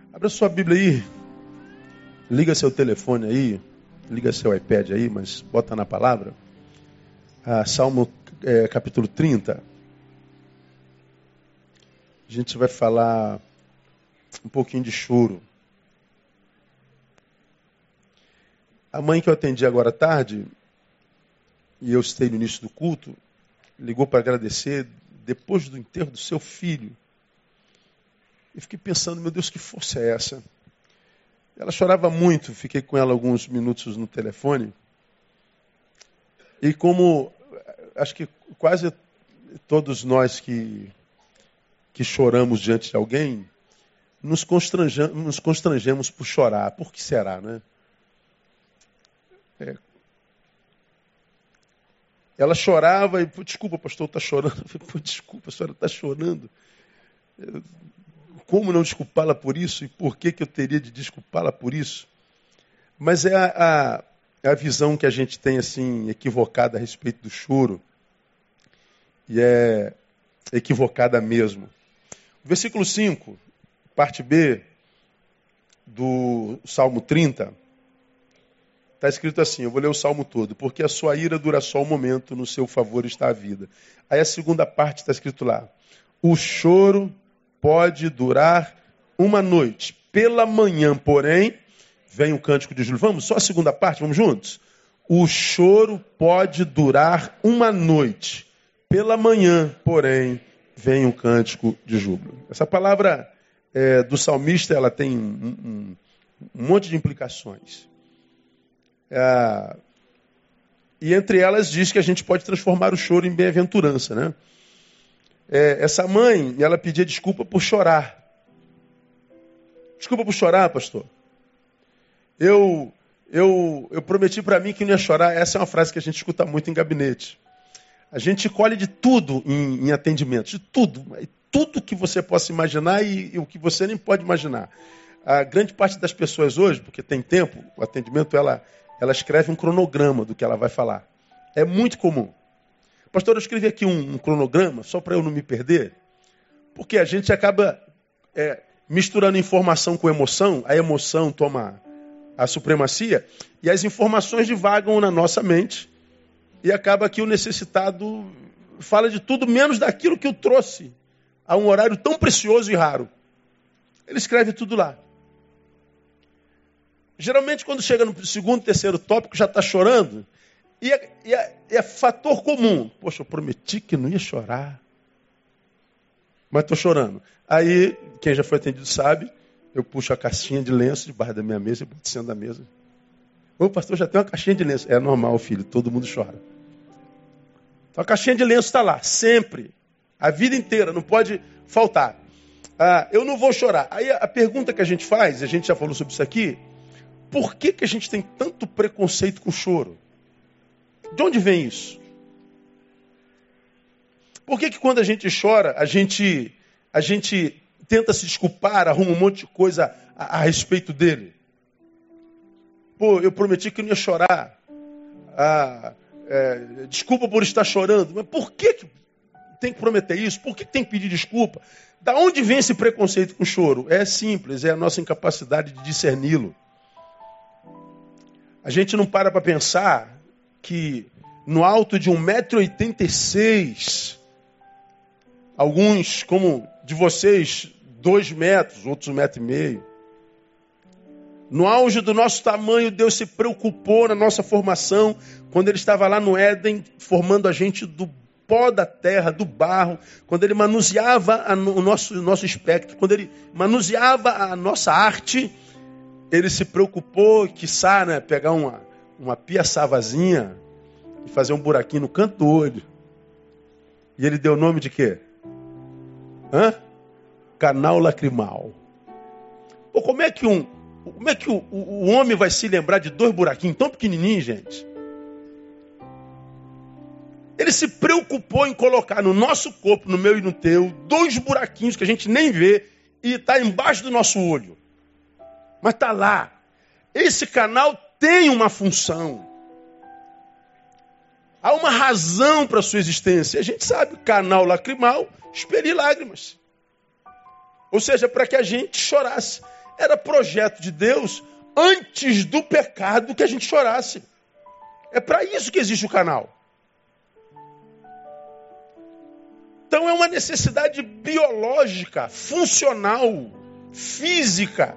Abra sua Bíblia aí, liga seu telefone aí, liga seu iPad aí, mas bota na palavra. Salmo capítulo 30. A gente vai falar um pouquinho de choro. A mãe que eu atendi agora à tarde, e eu citei no início do culto, ligou para agradecer depois do enterro do seu filho. E fiquei pensando, meu Deus, que força é essa? Ela chorava muito, fiquei com ela alguns minutos no telefone. E como acho que quase todos nós que choramos diante de alguém, nos constrangemos por chorar. Por que será, né? Ela chorava e, desculpa, pastor, está chorando. Eu falei, desculpa, a senhora está chorando. Como não desculpá-la por isso? E por que eu teria de desculpá-la por isso? Mas é a visão que a gente tem, assim, equivocada a respeito do choro. E é equivocada mesmo. O versículo 5, parte B, do Salmo 30, está escrito assim, eu vou ler o Salmo todo. Porque a sua ira dura só um momento, no seu favor está a vida. Aí a segunda parte está escrito lá. O choro pode durar uma noite. Pela manhã, porém, vem o cântico de júbilo. Vamos, só a segunda parte, vamos juntos? O choro pode durar uma noite. Pela manhã, porém, vem o cântico de júbilo. Essa palavra do salmista, ela tem um monte de implicações. E entre elas diz que a gente pode transformar o choro em bem-aventurança, né? Essa mãe, ela pedia desculpa por chorar. Desculpa por chorar, pastor. Eu prometi para mim que não ia chorar. Essa é uma frase que a gente escuta muito em gabinete. A gente colhe de tudo em atendimento, de tudo. Tudo que você possa imaginar e o que você nem pode imaginar. A grande parte das pessoas hoje, porque tem tempo, o atendimento, ela escreve um cronograma do que ela vai falar. É muito comum. Pastor, eu escrevi aqui um cronograma, só para eu não me perder, porque a gente acaba misturando informação com emoção, a emoção toma a supremacia, e as informações divagam na nossa mente, e acaba que o necessitado fala de tudo, menos daquilo que eu trouxe a um horário tão precioso e raro. Ele escreve tudo lá. Geralmente, quando chega no segundo, terceiro tópico, já está chorando. E é fator comum. Poxa, eu prometi que não ia chorar. Mas estou chorando. Aí, quem já foi atendido sabe, eu puxo a caixinha de lenço debaixo da minha mesa e boto em cima da mesa. Ô, pastor, já tem uma caixinha de lenço. É normal, filho, todo mundo chora. Então a caixinha de lenço está lá, sempre. A vida inteira, não pode faltar. Eu não vou chorar. Aí a pergunta que a gente faz, a gente já falou sobre isso aqui, por que a gente tem tanto preconceito com o choro? De onde vem isso? Por que quando a gente chora, a gente tenta se desculpar, arruma um monte de coisa a respeito dele? Pô, eu prometi que não ia chorar. Desculpa por estar chorando. Mas por que tem que prometer isso? Por que tem que pedir desculpa? Da onde vem esse preconceito com o choro? É simples, é a nossa incapacidade de discerni-lo. A gente não para pensar que no alto de 1,86 m, alguns, como de vocês, 2 metros, outros 1,5 m, no auge do nosso tamanho, Deus se preocupou na nossa formação, quando Ele estava lá no Éden, formando a gente do pó da terra, do barro, quando Ele manuseava o nosso espectro, quando Ele manuseava a nossa arte, Ele se preocupou, quiçá, né, pegar uma piaçavazinha e fazer um buraquinho no canto do olho. E Ele deu o nome de quê? Canal lacrimal. Pô, como é que o homem vai se lembrar de 2 buraquinhos tão pequenininhos, gente? Ele se preocupou em colocar no nosso corpo, no meu e no teu, 2 buraquinhos que a gente nem vê e está embaixo do nosso olho. Mas está lá. Esse canal tem uma função. Há uma razão para a sua existência. A gente sabe, canal lacrimal, expelir lágrimas. Ou seja, para que a gente chorasse. Era projeto de Deus antes do pecado que a gente chorasse. É para isso que existe o canal. Então é uma necessidade biológica, funcional, física.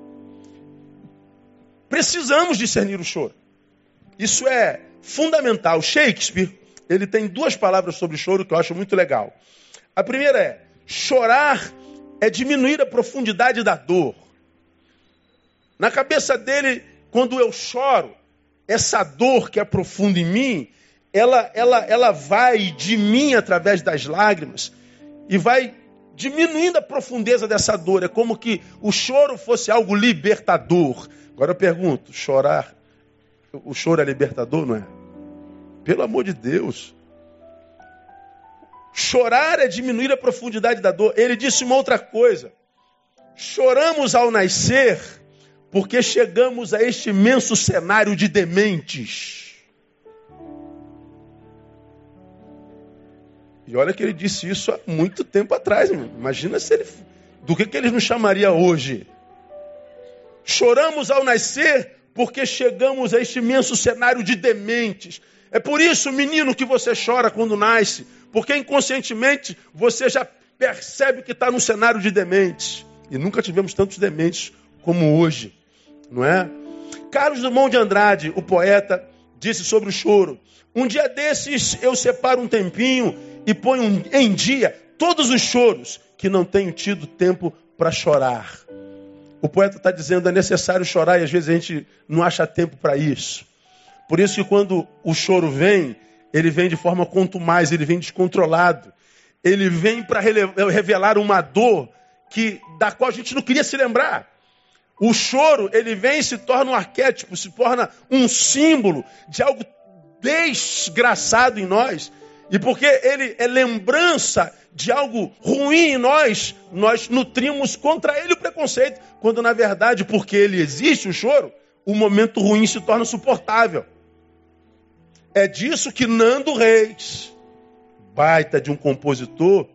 Precisamos discernir o choro. Isso é fundamental. Shakespeare, ele tem 2 palavras sobre o choro que eu acho muito legal. A primeira é: chorar é diminuir a profundidade da dor. Na cabeça dele, quando eu choro, essa dor que é profunda em mim, ela vai de mim através das lágrimas e vai diminuindo a profundeza dessa dor. É como que o choro fosse algo libertador. Agora eu pergunto, o choro é libertador, não é? Pelo amor de Deus. Chorar é diminuir a profundidade da dor. Ele disse uma outra coisa. Choramos ao nascer porque chegamos a este imenso cenário de dementes. E olha que ele disse isso há muito tempo atrás. Irmão. Imagina se ele... Do que ele nos chamaria hoje? Choramos ao nascer porque chegamos a este imenso cenário de dementes. É por isso, menino, que você chora quando nasce. Porque inconscientemente você já percebe que está num cenário de dementes. E nunca tivemos tantos dementes como hoje. Não é? Carlos Drummond de Andrade, o poeta, disse sobre o choro: um dia desses eu separo um tempinho e ponho em dia todos os choros que não tenho tido tempo para chorar. O poeta está dizendo, é necessário chorar e às vezes a gente não acha tempo para isso. Por isso que quando o choro vem, ele vem de forma contumaz, ele vem descontrolado. Ele vem para revelar uma dor da qual a gente não queria se lembrar. O choro, ele vem e se torna um arquétipo, se torna um símbolo de algo desgraçado em nós. E porque ele é lembrança de algo ruim em nós nutrimos contra ele o preconceito. Quando, na verdade, porque ele existe, o choro, o momento ruim se torna suportável. É disso que Nando Reis, baita de um compositor,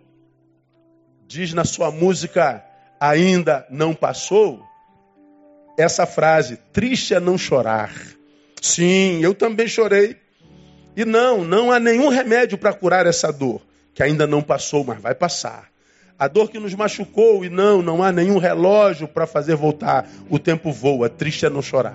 diz na sua música Ainda Não Passou, essa frase: triste é não chorar. Sim, eu também chorei. E não há nenhum remédio para curar essa dor, que ainda não passou, mas vai passar. A dor que nos machucou, e não há nenhum relógio para fazer voltar. O tempo voa, triste é não chorar.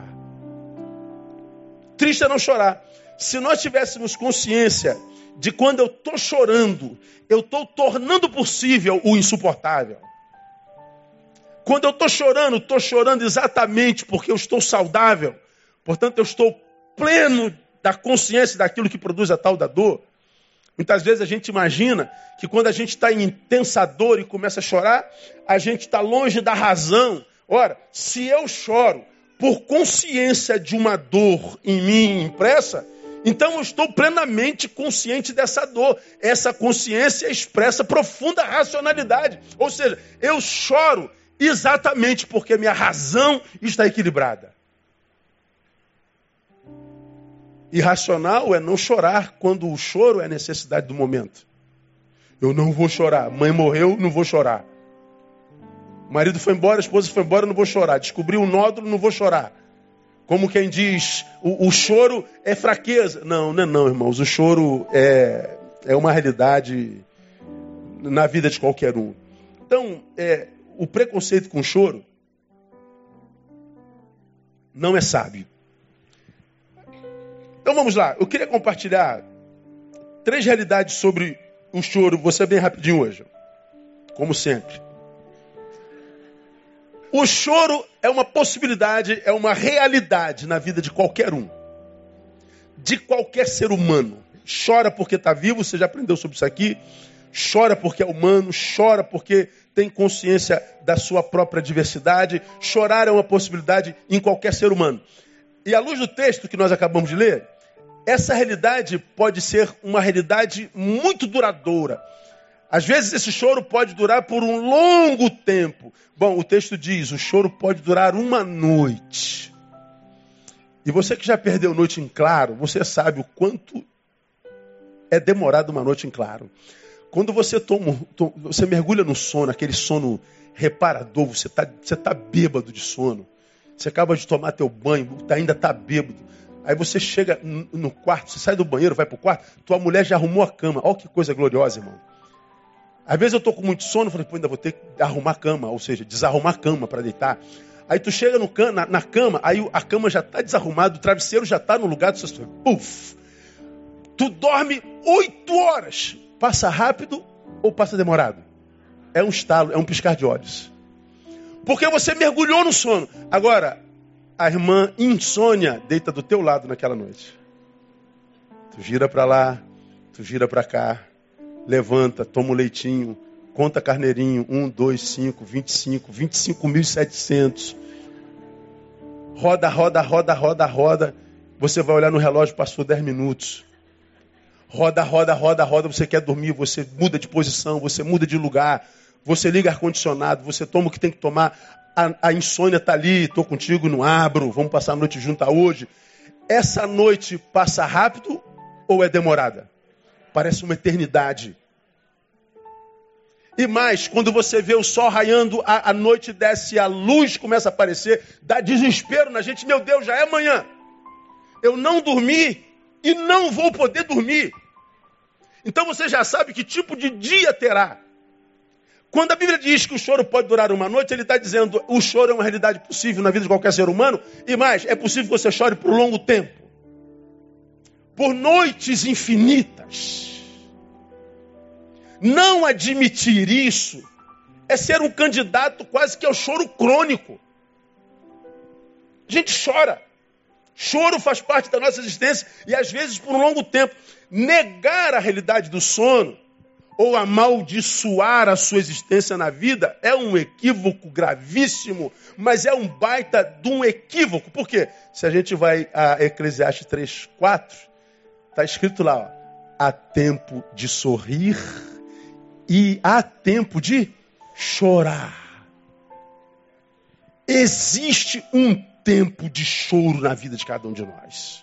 Triste é não chorar. Se nós tivéssemos consciência de quando eu estou chorando, eu estou tornando possível o insuportável. Quando eu estou chorando exatamente porque eu estou saudável. Portanto, eu estou pleno da consciência daquilo que produz a tal da dor. Muitas vezes a gente imagina que quando a gente está em intensa dor e começa a chorar, a gente está longe da razão. Ora, se eu choro por consciência de uma dor em mim impressa, então eu estou plenamente consciente dessa dor. Essa consciência expressa profunda racionalidade. Ou seja, eu choro exatamente porque minha razão está equilibrada. Irracional é não chorar quando o choro é a necessidade do momento. Eu não vou chorar. Mãe morreu, não vou chorar. Marido foi embora, a esposa foi embora, não vou chorar. Descobri um nódulo, não vou chorar. Como quem diz, o choro é fraqueza. Não é não, irmãos. O choro é uma realidade na vida de qualquer um. Então, o preconceito com o choro não é sábio. Então vamos lá, eu queria compartilhar 3 realidades sobre o choro. Vou ser bem rapidinho hoje, como sempre. O choro é uma possibilidade, é uma realidade na vida de qualquer um. De qualquer ser humano. Chora porque está vivo, você já aprendeu sobre isso aqui. Chora porque é humano, chora porque tem consciência da sua própria diversidade. Chorar é uma possibilidade em qualquer ser humano. E à luz do texto que nós acabamos de ler, essa realidade pode ser uma realidade muito duradoura. Às vezes esse choro pode durar por um longo tempo. Bom, o texto diz, o choro pode durar uma noite. E você que já perdeu noite em claro, você sabe o quanto é demorado uma noite em claro. Quando você você mergulha no sono, aquele sono reparador, você tá bêbado de sono. Você acaba de tomar teu banho, ainda tá bêbado. Aí você chega no quarto, você sai do banheiro, vai pro quarto, tua mulher já arrumou a cama. Olha que coisa gloriosa, irmão. Às vezes eu tô com muito sono, falei, ainda vou ter que arrumar a cama, ou seja, desarrumar a cama para deitar. Aí tu chega na cama, aí a cama já tá desarrumada, o travesseiro já tá no lugar do seu... Puf! Tu dorme 8 horas. Passa rápido ou passa demorado? É um estalo, é um piscar de olhos. Porque você mergulhou no sono. Agora, a irmã insônia deita do teu lado naquela noite. Tu gira para lá, tu gira para cá, levanta, toma um leitinho, conta carneirinho, 1, 2, 5, 25, 25.700. Roda, roda, roda, roda, roda. Você vai olhar no relógio, passou 10 minutos. Roda, roda, roda, roda, você quer dormir, você muda de posição, você muda de lugar, você liga ar-condicionado, você toma o que tem que tomar, a insônia está ali, estou contigo, não abro, vamos passar a noite junta hoje. Essa noite passa rápido ou é demorada? Parece uma eternidade. E mais, quando você vê o sol raiando, a noite desce, a luz começa a aparecer, dá desespero na gente, meu Deus, já é amanhã. Eu não dormi e não vou poder dormir. Então você já sabe que tipo de dia terá. Quando a Bíblia diz que o choro pode durar uma noite, ele está dizendo que o choro é uma realidade possível na vida de qualquer ser humano. E mais, é possível que você chore por longo tempo. Por noites infinitas. Não admitir isso é ser um candidato quase que ao choro crônico. A gente chora. Choro faz parte da nossa existência e às vezes por um longo tempo. Negar a realidade do sono ou amaldiçoar a sua existência na vida é um equívoco gravíssimo, mas é um baita de um equívoco. Por quê? Se a gente vai a Eclesiastes 3:4, está escrito lá, ó, há tempo de sorrir e há tempo de chorar. Existe um tempo de choro na vida de cada um de nós.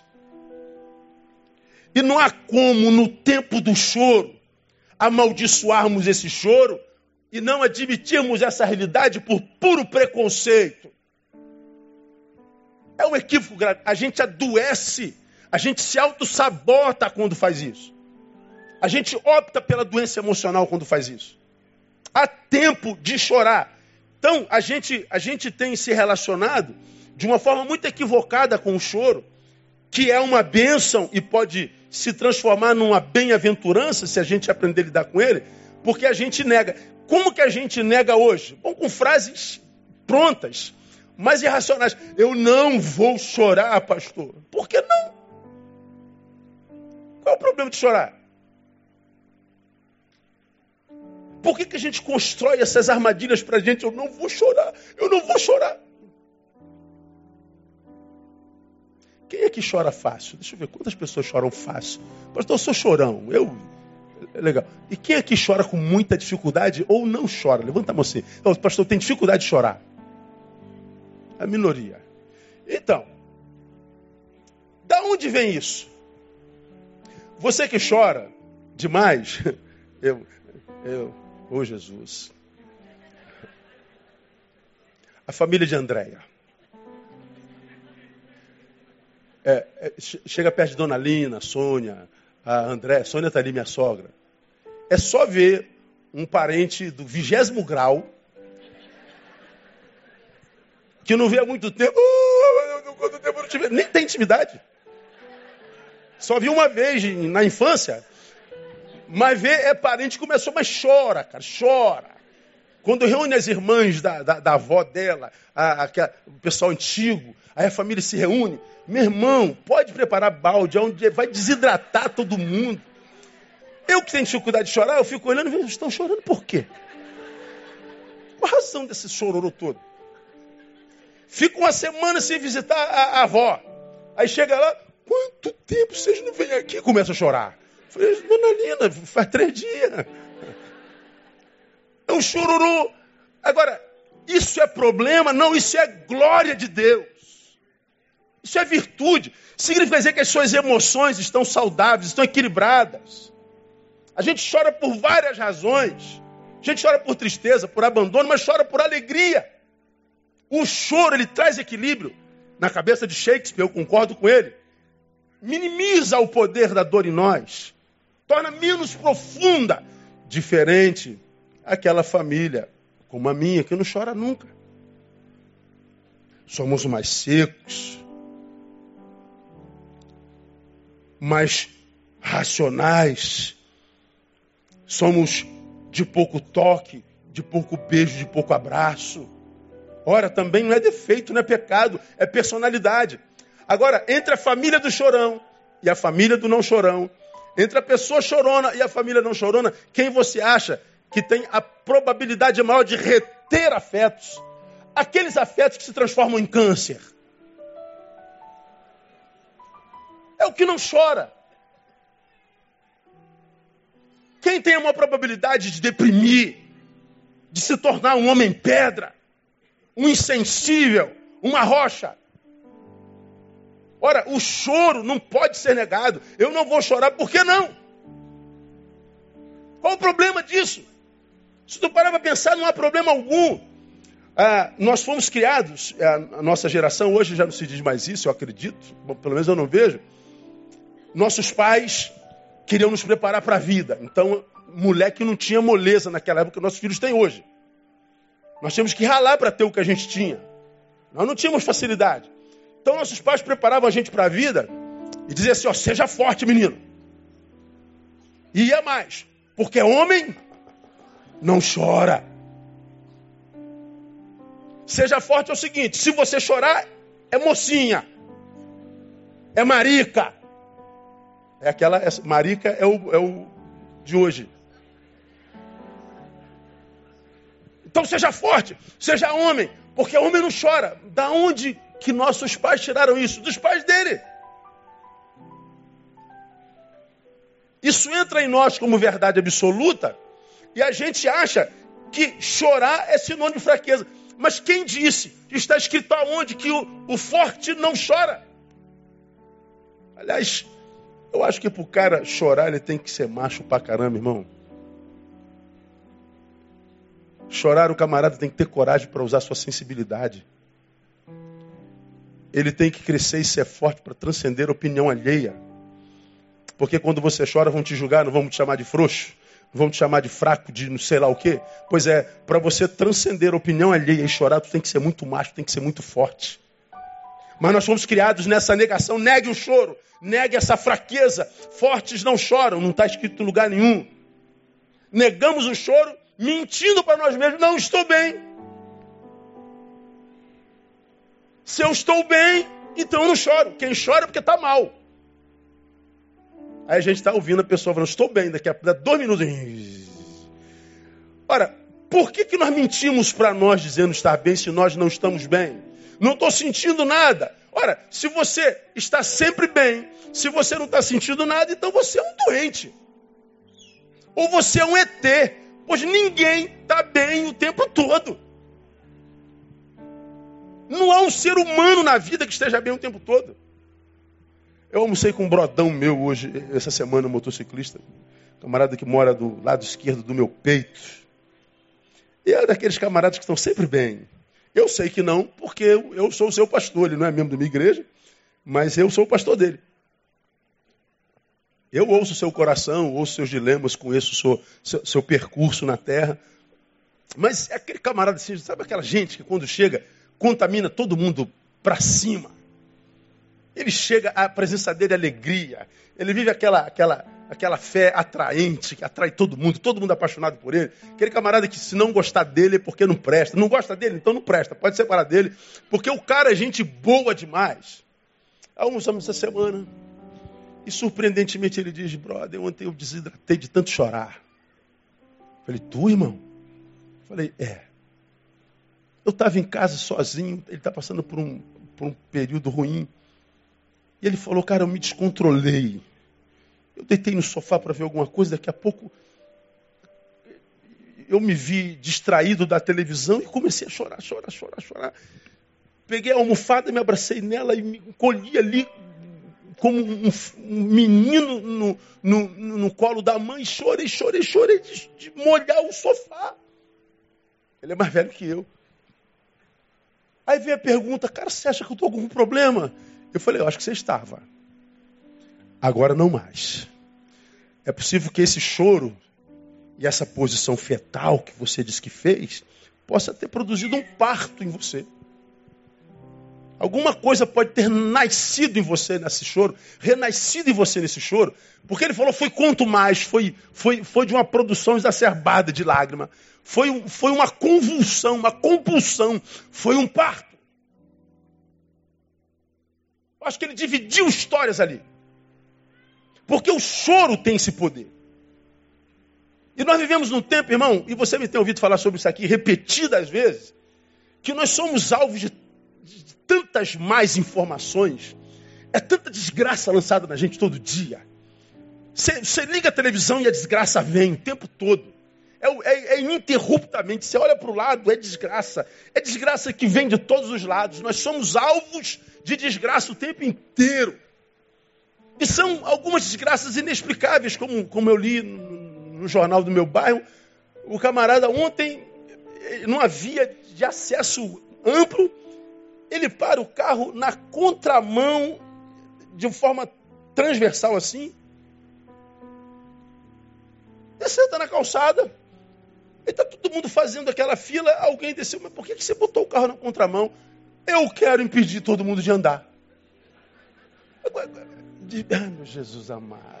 E não há como, no tempo do choro, amaldiçoarmos esse choro e não admitirmos essa realidade por puro preconceito. É um equívoco grave. A gente adoece, a gente se auto-sabota quando faz isso. A gente opta pela doença emocional quando faz isso. Há tempo de chorar. Então, a gente tem se relacionado de uma forma muito equivocada com o choro, que é uma bênção e pode se transformar numa bem-aventurança se a gente aprender a lidar com ele, porque a gente nega. Como que a gente nega hoje? Bom, com frases prontas, mas irracionais. Eu não vou chorar, pastor. Por que não? Qual é o problema de chorar? Por que a gente constrói essas armadilhas para a gente? Eu não vou chorar, eu não vou chorar. Quem é que chora fácil? Deixa eu ver, quantas pessoas choram fácil? Pastor, eu sou chorão. Legal. E quem é que chora com muita dificuldade ou não chora? Levanta a mão assim. Não, pastor, tem dificuldade de chorar. A minoria. Então, da onde vem isso? Você que chora demais, ô Jesus. A família de Andréia. Chega perto de Dona Lina, Sônia, a André. Sônia está ali, minha sogra. É só ver um parente do 20º grau que não vê há muito tempo. Quanto tempo eu não tive? Nem tem intimidade. Só vi uma vez na infância. Mas é parente que começou, mas chora, cara, chora. Quando reúne as irmãs da avó dela, o pessoal antigo, aí a família se reúne. Meu irmão, pode preparar balde, onde vai desidratar todo mundo. Eu que tenho dificuldade de chorar, eu fico olhando e vejo, estão chorando por quê? Qual a razão desse chororô todo? Fica uma semana sem visitar a avó. Aí chega lá, quanto tempo vocês não vêm aqui? Começa a chorar. Falei, Dona Lina, faz 3 dias. É um chororô. Agora, isso é problema? Não, isso é glória de Deus. Isso é virtude. Significa dizer que as suas emoções estão saudáveis, estão equilibradas. A gente chora por várias razões. A gente chora por tristeza, por abandono, mas chora por alegria. O choro, ele traz equilíbrio. Na cabeça de Shakespeare, eu concordo com ele. Minimiza o poder da dor em nós. Torna menos profunda. Diferente aquela família, como a minha, que não chora nunca. Somos mais secos, mais racionais. Somos de pouco toque, de pouco beijo, de pouco abraço. Ora, também não é defeito, não é pecado, é personalidade. Agora, entre a família do chorão e a família do não chorão, entre a pessoa chorona e a família não chorona, quem você acha que tem a probabilidade maior de reter afetos? Aqueles afetos que se transformam em câncer. É o que não chora. Quem tem a maior probabilidade de deprimir, de se tornar um homem pedra, um insensível, uma rocha? Ora, o choro não pode ser negado. Eu não vou chorar, por que não? Qual o problema disso? Se tu parar para pensar, não há problema algum. Nós fomos criados, a nossa geração, hoje já não se diz mais isso, eu acredito, bom, pelo menos eu não vejo. Nossos pais queriam nos preparar para a vida. Então, moleque não tinha moleza naquela época que nossos filhos têm hoje. Nós tínhamos que ralar para ter o que a gente tinha. Nós não tínhamos facilidade. Então, nossos pais preparavam a gente para a vida e diziam assim, seja forte, menino. E ia mais, porque homem não chora. Seja forte é o seguinte, se você chorar, é mocinha. É marica. Marica é o de hoje. Então seja forte, seja homem, porque homem não chora. Da onde que nossos pais tiraram isso? Dos pais dele. Isso entra em nós como verdade absoluta e a gente acha que chorar é sinônimo de fraqueza. Mas quem disse? Está escrito aonde que o forte não chora? Aliás, eu acho que para o cara chorar ele tem que ser macho pra caramba, irmão. Chorar, o camarada tem que ter coragem para usar sua sensibilidade. Ele tem que crescer e ser forte para transcender a opinião alheia. Porque quando você chora vão te julgar, não vão te chamar de frouxo, não vão te chamar de fraco, de não sei lá o quê. Pois é, para você transcender a opinião alheia e chorar, tu tem que ser muito macho, tem que ser muito forte. Mas nós fomos criados nessa negação. Negue o choro, negue essa fraqueza. Fortes não choram, não está escrito em lugar nenhum. Negamos o choro, mentindo para nós mesmos. Não estou bem. Se eu estou bem, então eu não choro. Quem chora é porque está mal. Aí a gente está ouvindo a pessoa falando, estou bem, daqui a 2 minutos. Ora, por que nós mentimos para nós dizendo estar bem se nós não estamos bem? Não estou sentindo nada. Ora, se você está sempre bem, se você não está sentindo nada, então você é um doente. Ou você é um ET, pois ninguém está bem o tempo todo. Não há um ser humano na vida que esteja bem o tempo todo. Eu almocei com um brodão meu hoje, essa semana, um motociclista, camarada que mora do lado esquerdo do meu peito. E é daqueles camaradas que estão sempre bem. Eu sei que não, porque eu sou o seu pastor, ele não é membro da minha igreja, mas eu sou o pastor dele. Eu ouço o seu coração, ouço seus dilemas, conheço o seu percurso na terra. Mas é aquele camarada assim, sabe aquela gente que quando chega, contamina todo mundo para cima. Ele chega, a presença dele é alegria. Ele vive aquela fé atraente, que atrai todo mundo apaixonado por ele. Aquele camarada que se não gostar dele é porque não presta. Não gosta dele, então não presta. Pode separar dele, porque o cara é gente boa demais. Almoçamos essa semana e surpreendentemente ele diz, brother, ontem eu desidratei de tanto chorar. Falei, tu, irmão? Falei, Eu estava em casa sozinho, ele está passando por um período ruim. E ele falou, cara, eu me descontrolei. Eu deitei no sofá para ver alguma coisa, daqui a pouco eu me vi distraído da televisão e comecei a chorar. Peguei a almofada, me abracei nela e me encolhi ali, como um menino no colo da mãe, chorei de molhar o sofá. Ele é mais velho que eu. Aí vem a pergunta, cara, você acha que eu estou com algum problema? Eu falei, eu acho que você estava. Agora não mais. É possível que esse choro e essa posição fetal que você disse que fez, possa ter produzido um parto em você. Alguma coisa pode ter nascido em você nesse choro, renascido em você nesse choro, porque ele falou, foi quanto mais, foi de uma produção exacerbada de lágrima, foi uma convulsão, uma compulsão, foi um parto. Eu acho que ele dividiu histórias ali, porque o choro tem esse poder. E nós vivemos num tempo, irmão, e você me tem ouvido falar sobre isso aqui repetidas vezes, que nós somos alvos de tantas mais informações, é tanta desgraça lançada na gente todo dia. Você liga a televisão e a desgraça vem o tempo todo. É ininterruptamente. Você olha para o lado, é desgraça. É desgraça que vem de todos os lados. Nós somos alvos de desgraça o tempo inteiro. E são algumas desgraças inexplicáveis, como eu li no jornal do meu bairro. O camarada ontem não havia de acesso amplo. Ele para o carro na contramão, de forma transversal assim. Ele senta na calçada. E está todo mundo fazendo aquela fila. Alguém desceu. Mas por que você botou o carro na contramão? Eu quero impedir todo mundo de andar. Ai, meu Jesus amado.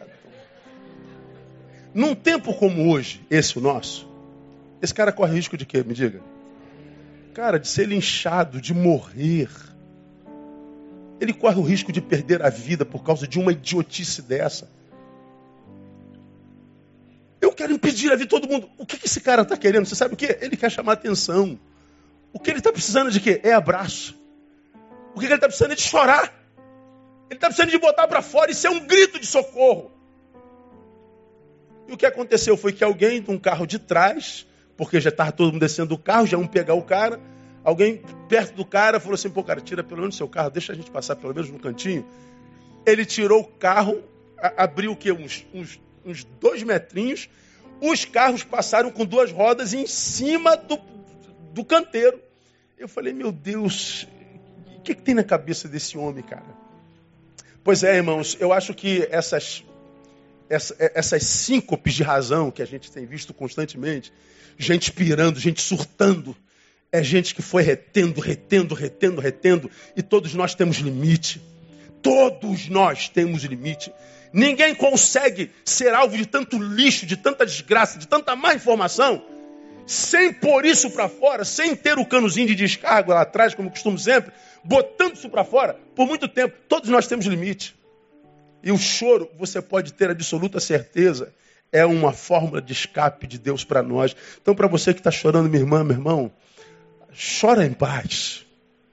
Num tempo como hoje, esse o nosso, esse cara corre risco de quê? Me diga. Cara, de ser linchado, de morrer. Ele corre o risco de perder a vida por causa de uma idiotice dessa. Eu quero impedir a vida de todo mundo. O que esse cara está querendo? Você sabe o quê? Ele quer chamar atenção. O que ele está precisando de quê? É abraço. O que ele está precisando é de chorar. Ele está precisando de botar para fora. Isso é um grito de socorro. E o que aconteceu foi que alguém de um carro de trás, porque já estava todo mundo descendo do carro, já iam pegar o cara, alguém perto do cara falou assim, pô, cara, tira pelo menos o seu carro, deixa a gente passar pelo menos no cantinho. Ele tirou o carro, abriu o quê? Uns 2 metrinhos, os carros passaram com 2 rodas em cima do canteiro. Eu falei, meu Deus, o que tem na cabeça desse homem, cara? Pois é, irmãos, eu acho que essas síncopes de razão que a gente tem visto constantemente, gente pirando, gente surtando, é gente que foi retendo, e todos nós temos limite. Todos nós temos limite. Ninguém consegue ser alvo de tanto lixo, de tanta desgraça, de tanta má informação, sem pôr isso para fora, sem ter o canozinho de descarga lá atrás, como costumo sempre, botando isso para fora, por muito tempo. Todos nós temos limite. E o choro, você pode ter absoluta certeza, é uma fórmula de escape de Deus para nós. Então, para você que está chorando, minha irmã, meu irmão, chora em paz.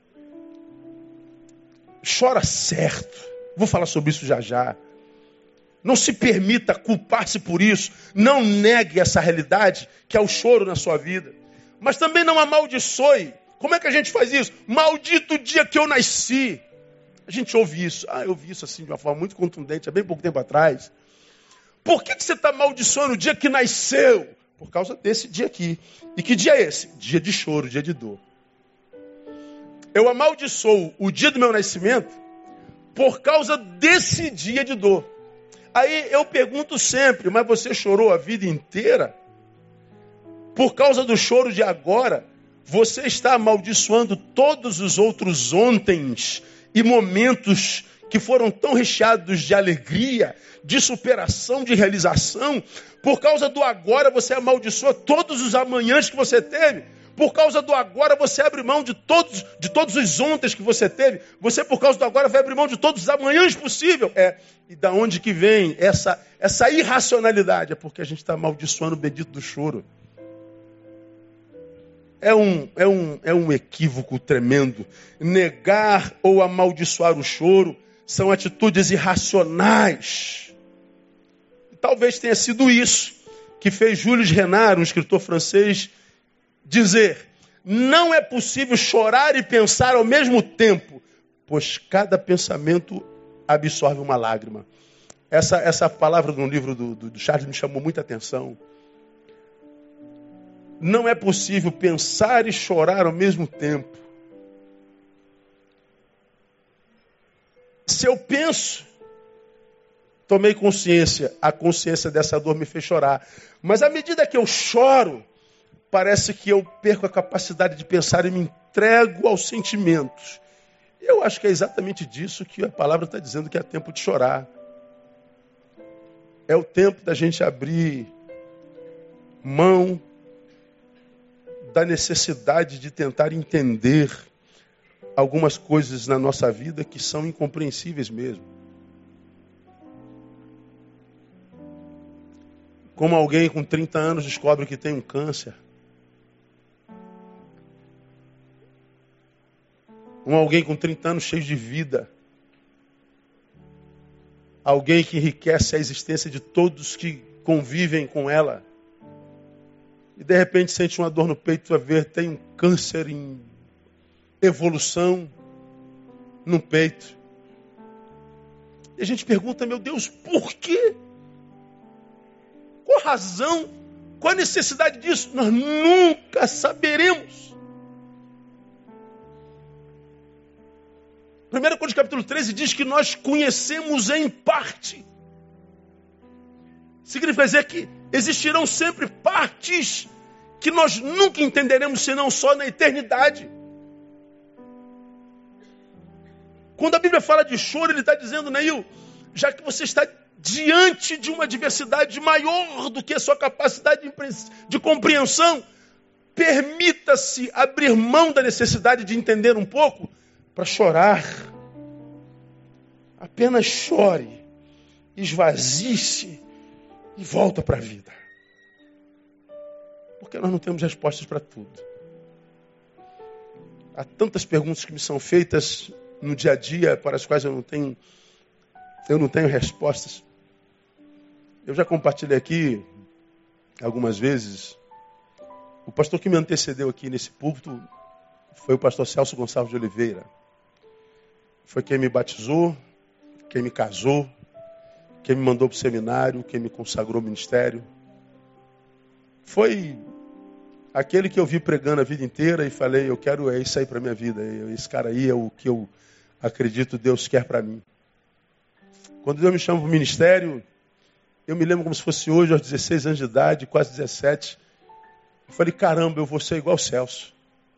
Chora certo. Vou falar sobre isso já já. Não se permita culpar-se por isso. Não negue essa realidade que é o choro na sua vida. Mas também não amaldiçoe. Como é que a gente faz isso? Maldito o dia que eu nasci. A gente ouve isso. Eu ouvi isso assim de uma forma muito contundente, há bem pouco tempo atrás. Por que você está amaldiçoando o dia que nasceu? Por causa desse dia aqui. E que dia é esse? Dia de choro, dia de dor. Eu amaldiçoo o dia do meu nascimento por causa desse dia de dor. Aí eu pergunto sempre, mas você chorou a vida inteira? Por causa do choro de agora, você está amaldiçoando todos os outros ontens e momentos que foram tão recheados de alegria, de superação, de realização. Por causa do agora, você amaldiçoa todos os amanhãs que você teve. Por causa do agora, você abre mão de todos os ontens que você teve. Você, por causa do agora, vai abrir mão de todos os amanhãs possíveis. E da onde que vem essa irracionalidade? É porque a gente está amaldiçoando o bendito do choro. É um equívoco tremendo. Negar ou amaldiçoar o choro são atitudes irracionais. Talvez tenha sido isso que fez Jules Renard, um escritor francês, dizer: não é possível chorar e pensar ao mesmo tempo, pois cada pensamento absorve uma lágrima. Essa palavra no livro do Charles me chamou muita atenção. Não é possível pensar e chorar ao mesmo tempo. Se eu penso, tomei consciência, a consciência dessa dor me fez chorar. Mas à medida que eu choro, parece que eu perco a capacidade de pensar e me entrego aos sentimentos. Eu acho que é exatamente disso que a palavra está dizendo, que é tempo de chorar. É o tempo da gente abrir mão da necessidade de tentar entender algumas coisas na nossa vida que são incompreensíveis mesmo. Como alguém com 30 anos descobre que tem um câncer. Alguém com 30 anos cheio de vida. Alguém que enriquece a existência de todos que convivem com ela. E de repente sente uma dor no peito a ver, tem um câncer em evolução no peito. E a gente pergunta, meu Deus, por quê? Qual a razão? Qual a necessidade disso? Nós nunca saberemos. 1 Coríntios capítulo 13 diz que nós conhecemos em parte. Significa dizer que existirão sempre partes que nós nunca entenderemos, senão só na eternidade. Quando a Bíblia fala de choro, ele está dizendo, Neil, já que você está diante de uma adversidade maior do que a sua capacidade de compreensão, permita-se abrir mão da necessidade de entender um pouco para chorar. Apenas chore, esvazie-se e volta para a vida. Porque nós não temos respostas para tudo. Há tantas perguntas que me são feitas no dia a dia para as quais eu não tenho respostas. Eu já compartilhei aqui algumas vezes. O pastor que me antecedeu aqui nesse púlpito foi o pastor Celso Gonçalves de Oliveira. Foi quem me batizou, quem me casou, quem me mandou para o seminário, quem me consagrou ao ministério. Foi aquele que eu vi pregando a vida inteira e falei, eu quero isso aí para a minha vida. Esse cara aí é o que eu acredito Deus quer para mim. Quando Deus me chama para o ministério, eu me lembro como se fosse hoje, aos 16 anos de idade, quase 17. Eu falei, caramba, eu vou ser igual o Celso.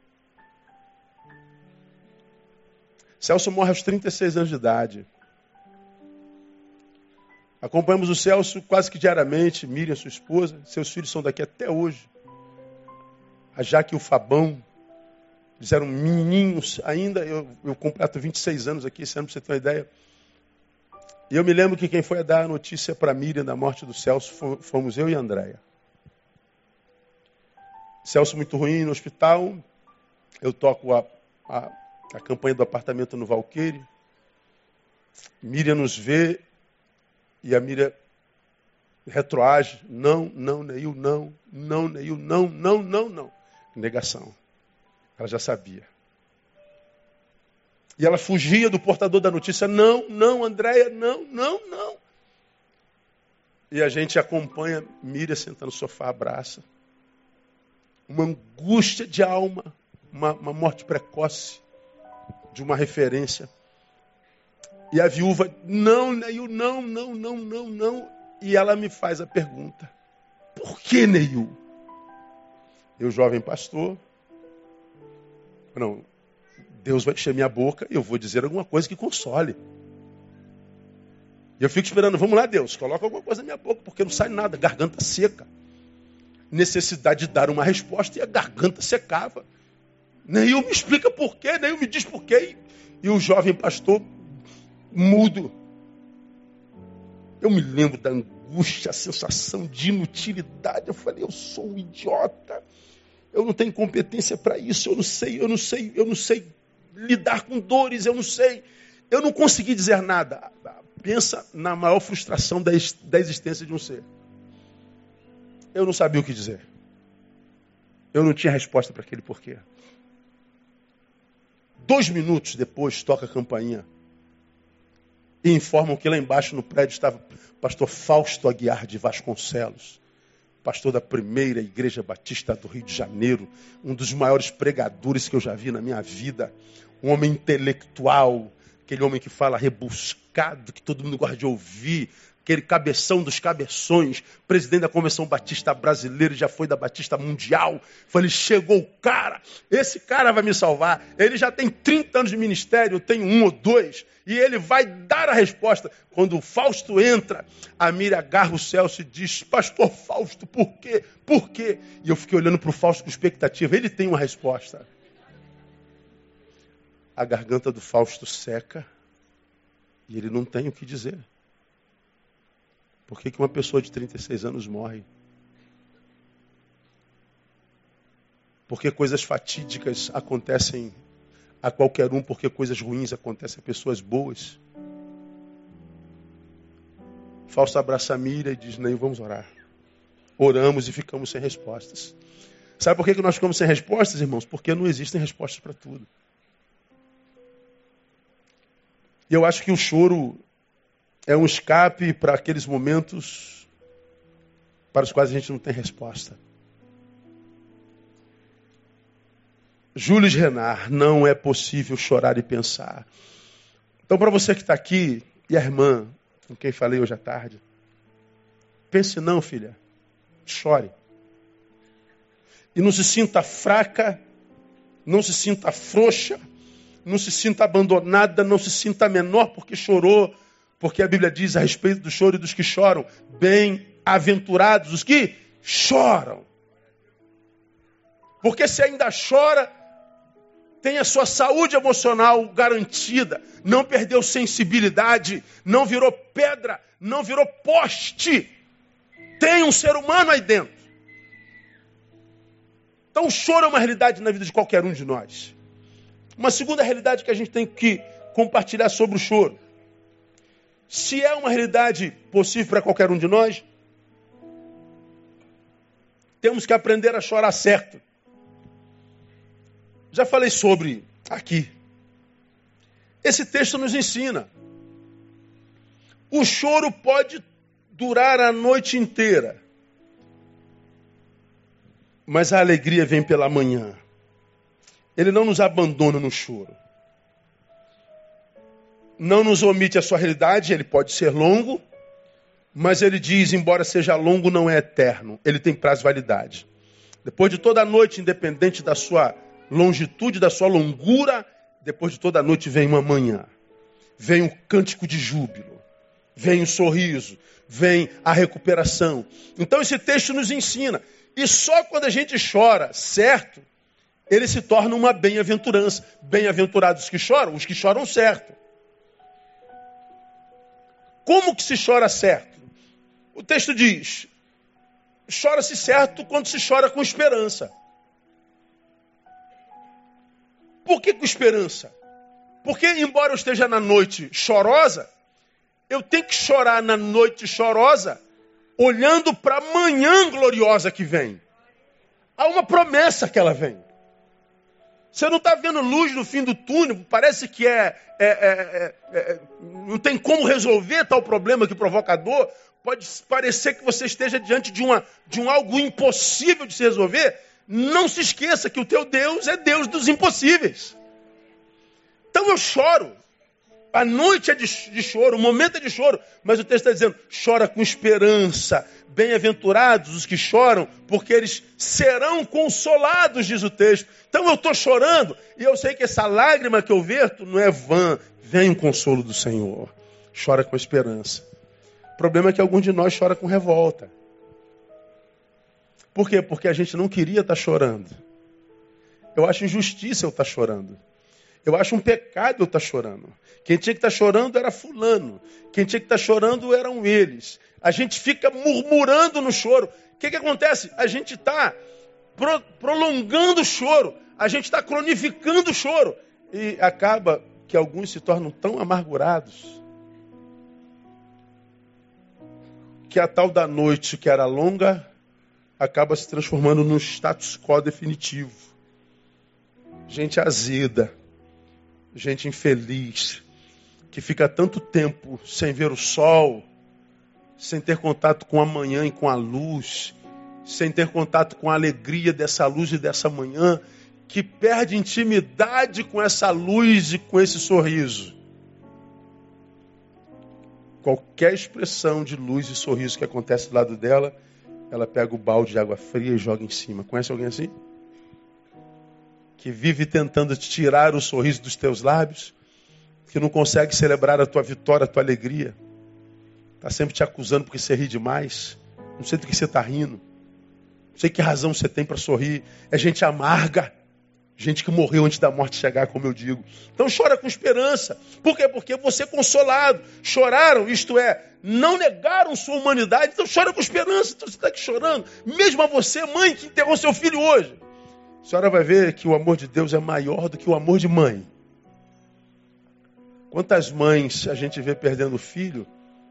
Celso morre aos 36 anos de idade. Acompanhamos o Celso quase que diariamente, Miriam, sua esposa. Seus filhos são daqui até hoje. A Jaque e o Fabão. Eles eram menininhos ainda. Eu completo 26 anos aqui, esse ano, para você ter uma ideia. E eu me lembro que quem foi a dar a notícia para Miriam da morte do Celso fomos eu e a Andréia. Celso muito ruim no hospital. Eu toco a campanha do apartamento no Valqueire. Miriam nos vê e a Miriam retroage. Não, Neil, não. Não, Neil, não. Negação. Ela já sabia. E ela fugia do portador da notícia. Não, Andréia, não. E a gente acompanha Miriam sentando no sofá, abraça. Uma angústia de alma, uma morte precoce de uma referência. E a viúva, não, Neil, não. E ela me faz a pergunta, por que, Neil? Eu, jovem pastor, não, Deus vai encher minha boca, eu vou dizer alguma coisa que console. E eu fico esperando, vamos lá, Deus, coloca alguma coisa na minha boca, porque não sai nada, garganta seca. Necessidade de dar uma resposta e a garganta secava. Neil me explica por quê, Neil me diz por quê. E o jovem pastor mudo. Eu me lembro da angústia, a sensação de inutilidade. Eu falei, eu sou um idiota. Eu não tenho competência para isso. Eu não sei lidar com dores. Eu não consegui dizer nada. Pensa na maior frustração da existência de um ser. Eu não sabia o que dizer. Eu não tinha resposta para aquele porquê. 2 minutos depois, toca a campainha. E informam que lá embaixo no prédio estava o pastor Fausto Aguiar de Vasconcelos, pastor da primeira Igreja Batista do Rio de Janeiro, um dos maiores pregadores que eu já vi na minha vida, um homem intelectual, aquele homem que fala rebuscado, que todo mundo gosta de ouvir, aquele cabeção dos cabeções, presidente da Convenção Batista Brasileira, já foi da Batista Mundial. Falei, chegou o cara, esse cara vai me salvar. Ele já tem 30 anos de ministério, eu tenho 1 ou 2, e ele vai dar a resposta. Quando o Fausto entra, a Miriam agarra o Celso e diz, pastor Fausto, por quê? Por quê? E eu fiquei olhando para o Fausto com expectativa, ele tem uma resposta. A garganta do Fausto seca, e ele não tem o que dizer. Por que uma pessoa de 36 anos morre? Porque coisas fatídicas acontecem a qualquer um, porque coisas ruins acontecem a pessoas boas. Fausto abraça a Miriam e diz, nem vamos orar. Oramos e ficamos sem respostas. Sabe por que nós ficamos sem respostas, irmãos? Porque não existem respostas para tudo. E eu acho que o choro é um escape para aqueles momentos para os quais a gente não tem resposta. Jules Renard, não é possível chorar e pensar. Então, para você que está aqui, e a irmã com quem falei hoje à tarde, pense não, filha, chore. E não se sinta fraca, não se sinta frouxa, não se sinta abandonada, não se sinta menor porque chorou. Porque a Bíblia diz a respeito do choro e dos que choram, bem-aventurados os que choram. Porque se ainda chora, tem a sua saúde emocional garantida, não perdeu sensibilidade, não virou pedra, não virou poste. Tem um ser humano aí dentro. Então o choro é uma realidade na vida de qualquer um de nós. Uma segunda realidade que a gente tem que compartilhar sobre o choro. Se é uma realidade possível para qualquer um de nós, temos que aprender a chorar certo. Já falei sobre aqui. Esse texto nos ensina. O choro pode durar a noite inteira, mas a alegria vem pela manhã. Ele não nos abandona no choro. Não nos omite a sua realidade, ele pode ser longo, mas ele diz, embora seja longo, não é eterno. Ele tem prazo de validade. Depois de toda a noite, independente da sua longitude, da sua longura, depois de toda a noite vem uma manhã. Vem o cântico de júbilo, vem o sorriso, vem a recuperação. Então esse texto nos ensina. E só quando a gente chora, certo, ele se torna uma bem-aventurança. Bem-aventurados os que choram certo. Como que se chora certo? O texto diz, chora-se certo quando se chora com esperança. Por que com esperança? Porque, embora eu esteja na noite chorosa, eu tenho que chorar na noite chorosa, olhando para a manhã gloriosa que vem. Há uma promessa que ela vem. Você não está vendo luz no fim do túnel, parece que não tem como resolver tal problema que provoca dor. Pode parecer que você esteja diante de um algo impossível de se resolver. Não se esqueça que o teu Deus é Deus dos impossíveis. Então eu choro. A noite é de choro, o momento é de choro, mas o texto está dizendo, chora com esperança. Bem-aventurados os que choram, porque eles serão consolados, diz o texto. Então eu estou chorando, e eu sei que essa lágrima que eu verto não é vã. Vem o consolo do Senhor. Chora com esperança. O problema é que algum de nós chora com revolta. Por quê? Porque a gente não queria estar chorando. Eu acho injustiça eu estar chorando. Eu acho um pecado eu estar chorando. Quem tinha que estar chorando era fulano. Quem tinha que estar chorando eram eles. A gente fica murmurando no choro. O que acontece? A gente está prolongando o choro. A gente está cronificando o choro. E acaba que alguns se tornam tão amargurados que a tal da noite que era longa acaba se transformando num status quo definitivo. Gente azeda. Gente infeliz, que fica tanto tempo sem ver o sol, sem ter contato com a manhã e com a luz, sem ter contato com a alegria dessa luz e dessa manhã, que perde intimidade com essa luz e com esse sorriso. Qualquer expressão de luz e sorriso que acontece do lado dela, ela pega o balde de água fria e joga em cima. Conhece alguém assim? Que vive tentando tirar o sorriso dos teus lábios, que não consegue celebrar a tua vitória, a tua alegria. Está sempre te acusando porque você ri demais. Não sei do que você está rindo. Não sei que razão você tem para sorrir. É gente amarga. Gente que morreu antes da morte chegar, como eu digo. Então chora com esperança. Por quê? Porque você é consolado. Choraram, isto é, não negaram sua humanidade. Então chora com esperança. Então você está aqui chorando. Mesmo a você, mãe, que enterrou seu filho hoje. A senhora vai ver que o amor de Deus é maior do que o amor de mãe. Quantas mães a gente vê perdendo o filho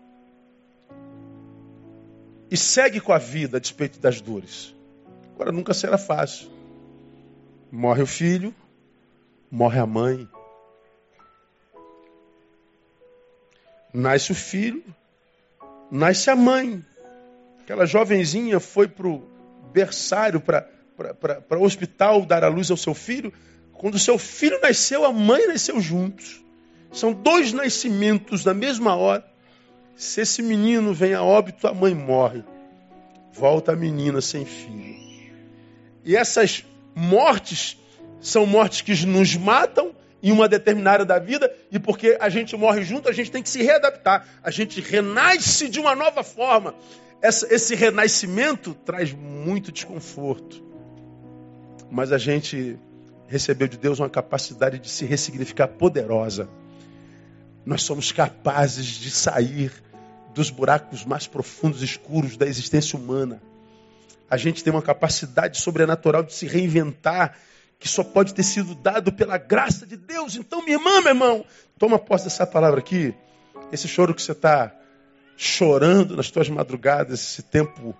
e segue com a vida a despeito das dores. Agora nunca será fácil. Morre o filho, morre a mãe. Nasce o filho, nasce a mãe. Aquela jovenzinha foi para o berçário, para o hospital dar à luz ao seu filho. Quando o seu filho nasceu, a mãe nasceu juntos. São dois nascimentos na mesma hora. Se esse menino vem a óbito, a mãe morre. Volta a menina sem filho. E essas mortes são mortes que nos matam em uma determinada área da vida, e porque a gente morre junto, a gente tem que se readaptar. A gente renasce de uma nova forma. Esse renascimento traz muito desconforto. Mas a gente recebeu de Deus uma capacidade de se ressignificar poderosa. Nós somos capazes de sair dos buracos mais profundos e escuros da existência humana. A gente tem uma capacidade sobrenatural de se reinventar, que só pode ter sido dado pela graça de Deus. Então, minha irmã, meu irmão, toma posse dessa palavra aqui. Esse choro que você está chorando nas tuas madrugadas, esse tempo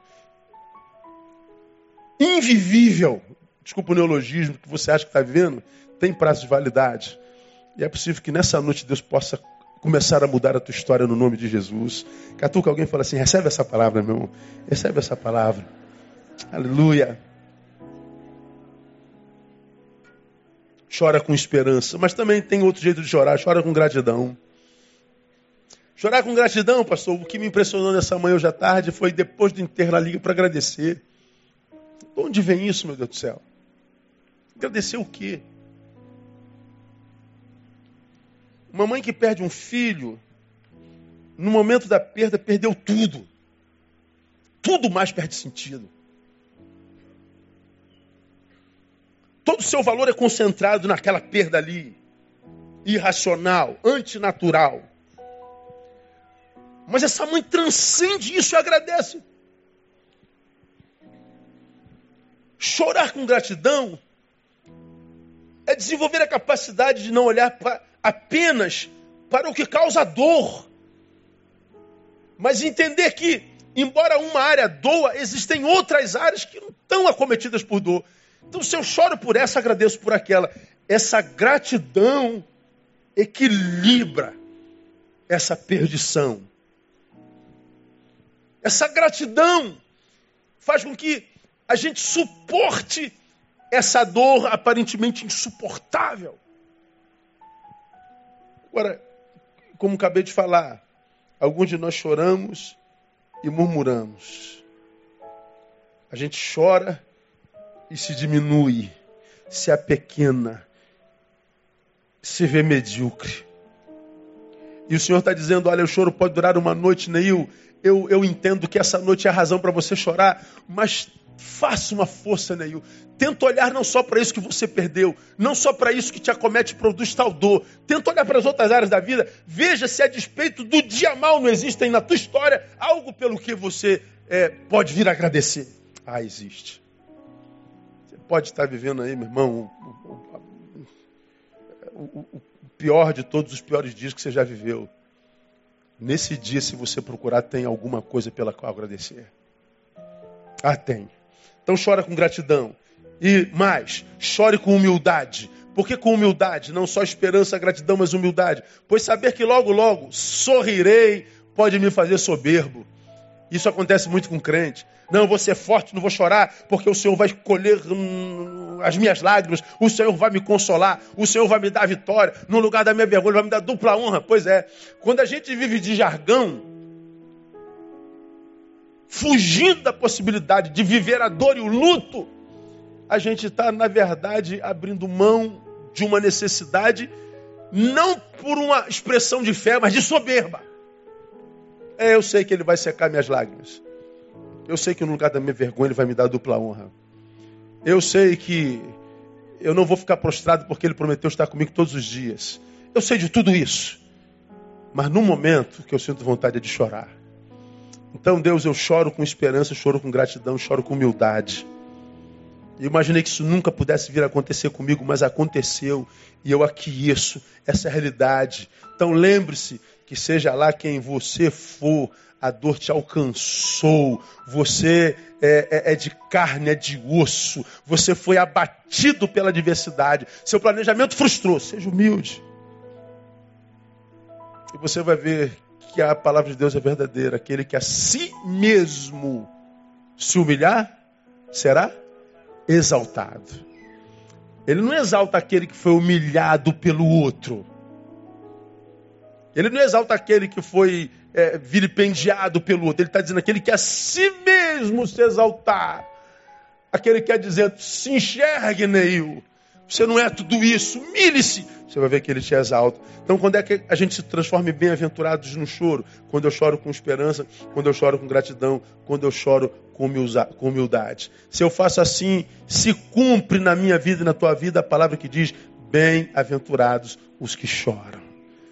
invivível, desculpa o neologismo que você acha que está vivendo, tem prazo de validade. E é possível que nessa noite Deus possa começar a mudar a tua história no nome de Jesus. Catuca, alguém fala assim, recebe essa palavra, meu irmão. Recebe essa palavra. Aleluia. Chora com esperança. Mas também tem outro jeito de chorar. Chora com gratidão. Chorar com gratidão, pastor. O que me impressionou nessa manhã hoje à tarde foi depois do enterro na liga para agradecer. De onde vem isso, meu Deus do céu? Agradecer o quê? Uma mãe que perde um filho, no momento da perda, perdeu tudo. Tudo mais perde sentido. Todo o seu valor é concentrado naquela perda ali. Irracional, antinatural. Mas essa mãe transcende isso e agradece. Chorar com gratidão é desenvolver a capacidade de não olhar apenas para o que causa dor. Mas entender que, embora uma área doa, existem outras áreas que não estão acometidas por dor. Então, se eu choro por essa, agradeço por aquela. Essa gratidão equilibra essa perdição. Essa gratidão faz com que a gente suporte essa dor aparentemente insuportável. Agora, como acabei de falar, alguns de nós choramos e murmuramos. A gente chora e se diminui, se apequena, se vê medíocre. E o Senhor está dizendo, olha, o choro pode durar uma noite, Neil. Eu entendo que essa noite é a razão para você chorar, mas faça uma força, Neil. Tenta olhar não só para isso que você perdeu, não só para isso que te acomete e produz tal dor. Tenta olhar para as outras áreas da vida. Veja se a despeito do dia mal não existe na tua história algo pelo que você pode vir a agradecer. Ah, existe. Você pode estar vivendo aí, meu irmão, o pior de todos os piores dias que você já viveu. Nesse dia, se você procurar, tem alguma coisa pela qual agradecer. Ah, tem. Então chora com gratidão. E mais, chore com humildade. Por que com humildade? Não só esperança, gratidão, mas humildade. Pois saber que logo, logo sorrirei pode me fazer soberbo. Isso acontece muito com crente. Não, eu vou ser forte, não vou chorar, porque o Senhor vai colher as minhas lágrimas, o Senhor vai me consolar, o Senhor vai me dar a vitória, no lugar da minha vergonha, vai me dar dupla honra. Pois é, quando a gente vive de jargão, fugindo da possibilidade de viver a dor e o luto, a gente está, na verdade, abrindo mão de uma necessidade, não por uma expressão de fé, mas de soberba. Eu sei que Ele vai secar minhas lágrimas. Eu sei que no lugar da minha vergonha Ele vai me dar dupla honra. Eu sei que eu não vou ficar prostrado porque Ele prometeu estar comigo todos os dias. Eu sei de tudo isso. Mas no momento que eu sinto vontade de chorar. Então, Deus, eu choro com esperança, choro com gratidão, choro com humildade. Eu imaginei que isso nunca pudesse vir a acontecer comigo, mas aconteceu. E eu aqueço essa realidade. Então lembre-se que seja lá quem você for, a dor te alcançou. Você é de carne, é de osso. Você foi abatido pela adversidade. Seu planejamento frustrou. Seja humilde. E você vai ver que a palavra de Deus é verdadeira. Aquele que a si mesmo se humilhar, será exaltado. Ele não exalta aquele que foi humilhado pelo outro. Ele não exalta aquele que foi vilipendiado pelo outro. Ele está dizendo aquele que a si mesmo se exaltar. Aquele que quer dizer, se enxergue, Neil. Você não é tudo isso, humilhe-se. Você vai ver que ele te exalta. Então, quando é que a gente se transforma em bem-aventurados no choro? Quando eu choro com esperança, quando eu choro com gratidão, quando eu choro com humildade. Se eu faço assim, se cumpre na minha vida e na tua vida a palavra que diz, bem-aventurados os que choram.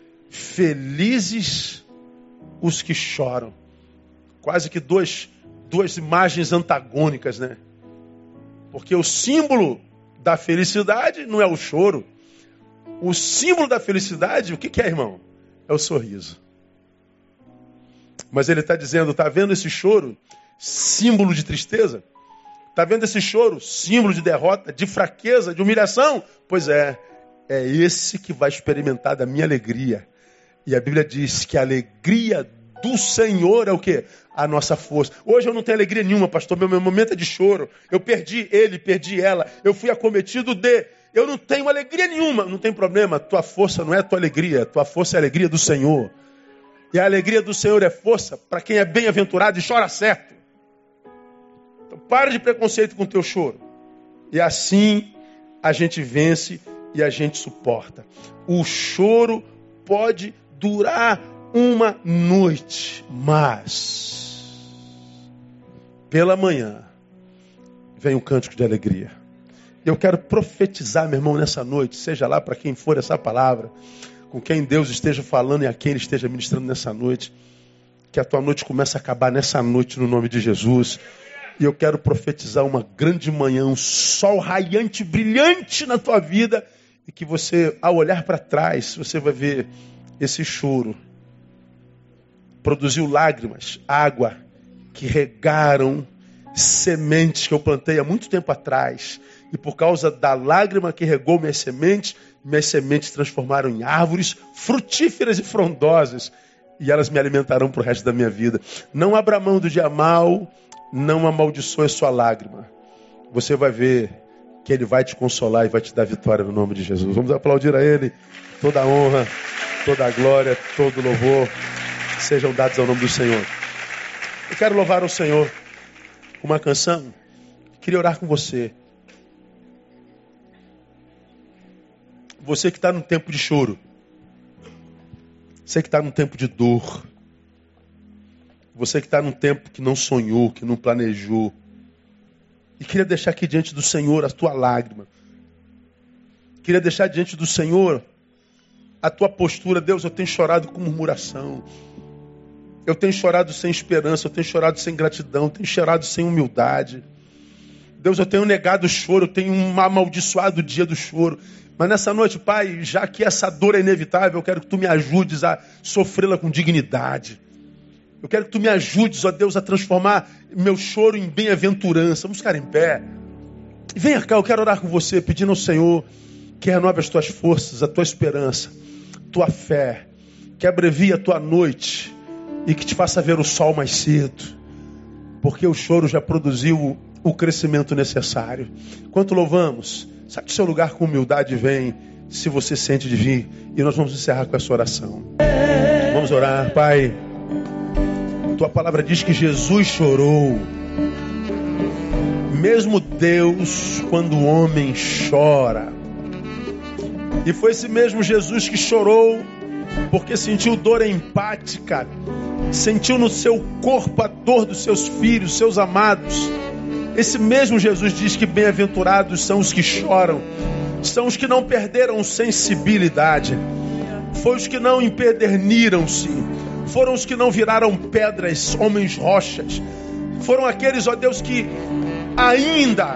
Felizes os que choram. Quase que duas imagens antagônicas, né? Porque o símbolo da felicidade não é o choro. O símbolo da felicidade, o que é, irmão? É o sorriso. Mas ele está dizendo, está vendo esse choro? Símbolo de tristeza? Está vendo esse choro? Símbolo de derrota, de fraqueza, de humilhação? Pois é esse que vai experimentar da minha alegria. E a Bíblia diz que a alegria do Senhor é o quê? A nossa força. Hoje eu não tenho alegria nenhuma, pastor. Meu momento é de choro. Eu perdi ele, perdi ela. Eu fui acometido de... Eu não tenho alegria nenhuma. Não tem problema. Tua força não é a tua alegria. Tua força é a alegria do Senhor. E a alegria do Senhor é força para quem é bem-aventurado e chora certo. Então para de preconceito com o teu choro. E assim a gente vence e a gente suporta. O choro pode durar uma noite, mas pela manhã vem um cântico de alegria. Eu quero profetizar, meu irmão, nessa noite, seja lá para quem for essa palavra, com quem Deus esteja falando e a quem Ele esteja ministrando nessa noite, que a tua noite comece a acabar nessa noite no nome de Jesus. E eu quero profetizar uma grande manhã, um sol radiante, brilhante na tua vida, e que você, ao olhar para trás, você vai ver esse choro produziu lágrimas, água, que regaram sementes que eu plantei há muito tempo atrás. E por causa da lágrima que regou minhas sementes transformaram em árvores frutíferas e frondosas. E elas me alimentarão para o resto da minha vida. Não abra mão do dia mal, não amaldiçoe a sua lágrima. Você vai ver que Ele vai te consolar e vai te dar vitória no nome de Jesus. Vamos aplaudir a Ele. Toda a honra, toda a glória, todo o louvor sejam dados ao nome do Senhor. Eu quero louvar o Senhor com uma canção. Queria orar com você. Você que está num tempo de choro. Você que está num tempo de dor. Você que está num tempo que não sonhou, que não planejou. E queria deixar aqui diante do Senhor a tua lágrima. Queria deixar diante do Senhor a tua postura. Deus, eu tenho chorado com murmuração. Eu tenho chorado sem esperança. Eu tenho chorado sem gratidão. Eu tenho chorado sem humildade. Deus, eu tenho negado o choro. Eu tenho amaldiçoado o dia do choro. Mas nessa noite, Pai, já que essa dor é inevitável, eu quero que Tu me ajudes a sofrê-la com dignidade. Eu quero que Tu me ajudes, ó Deus, a transformar meu choro em bem-aventurança. Vamos ficar em pé. E venha cá, eu quero orar com você, pedindo ao Senhor que renove as tuas forças, a tua esperança, tua fé, que abrevie a tua noite e que te faça ver o sol mais cedo, porque o choro já produziu o crescimento necessário. Enquanto louvamos, sai do seu lugar com humildade e vem, se você sente de vir, e nós vamos encerrar com essa oração. Vamos orar. Pai, tua palavra diz que Jesus chorou. Mesmo Deus, quando o homem chora. E foi esse mesmo Jesus que chorou porque sentiu dor empática, sentiu no seu corpo a dor dos seus filhos, seus amados. Esse mesmo Jesus diz que bem-aventurados são os que choram, são os que não perderam sensibilidade, foram os que não empederniram-se, foram os que não viraram pedras, homens rochas, foram aqueles, ó Deus, que ainda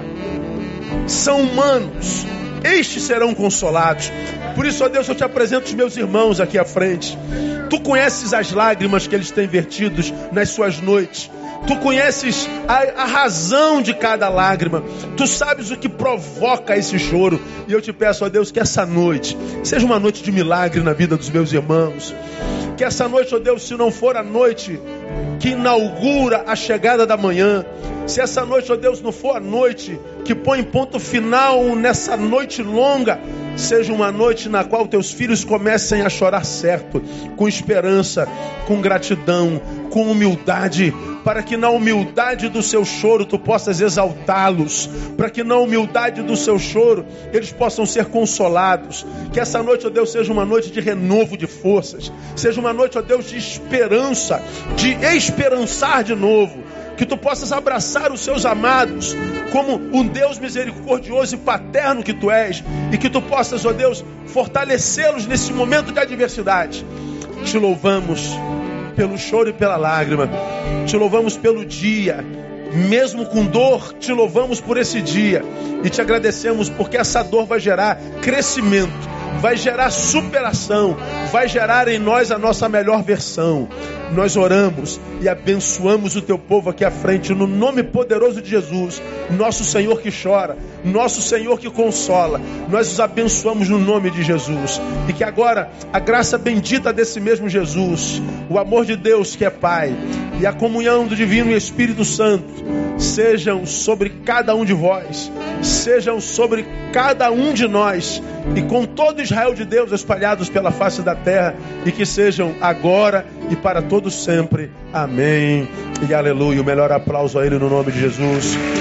são humanos. Estes serão consolados. Por isso, ó Deus, eu te apresento os meus irmãos aqui à frente. Tu conheces as lágrimas que eles têm vertidos nas suas noites. Tu conheces a razão de cada lágrima. Tu sabes o que provoca esse choro. E eu te peço, ó Deus, que essa noite seja uma noite de milagre na vida dos meus irmãos. Que essa noite, ó Deus, se não for a noite que inaugura a chegada da manhã, se essa noite, ó Deus, não for a noite que põe ponto final nessa noite longa, seja uma noite na qual teus filhos comecem a chorar certo, com esperança, com gratidão, com humildade, para que na humildade do seu choro tu possas exaltá-los, para que na humildade do seu choro eles possam ser consolados. Que essa noite, ó Deus, seja uma noite de renovo de forças, seja uma noite, ó Deus, de esperança, de esperançar de novo. Que tu possas abraçar os seus amados como um Deus misericordioso e paterno que tu és, e que tu possas, ó Deus, fortalecê-los nesse momento de adversidade. Te louvamos pelo choro e pela lágrima, te louvamos pelo dia, mesmo com dor, te louvamos por esse dia, e te agradecemos porque essa dor vai gerar crescimento, vai gerar superação, vai gerar em nós a nossa melhor versão. Nós oramos e abençoamos o teu povo aqui à frente, no nome poderoso de Jesus, nosso Senhor que chora, nosso Senhor que consola. Nós os abençoamos no nome de Jesus. E que agora a graça bendita desse mesmo Jesus, o amor de Deus que é Pai, e a comunhão do Divino Espírito Santo sejam sobre cada um de vós, sejam sobre cada um de nós, e com todo Israel de Deus espalhados pela face da terra, e que sejam agora e para todos sempre. Amém e aleluia. O melhor aplauso a Ele no nome de Jesus.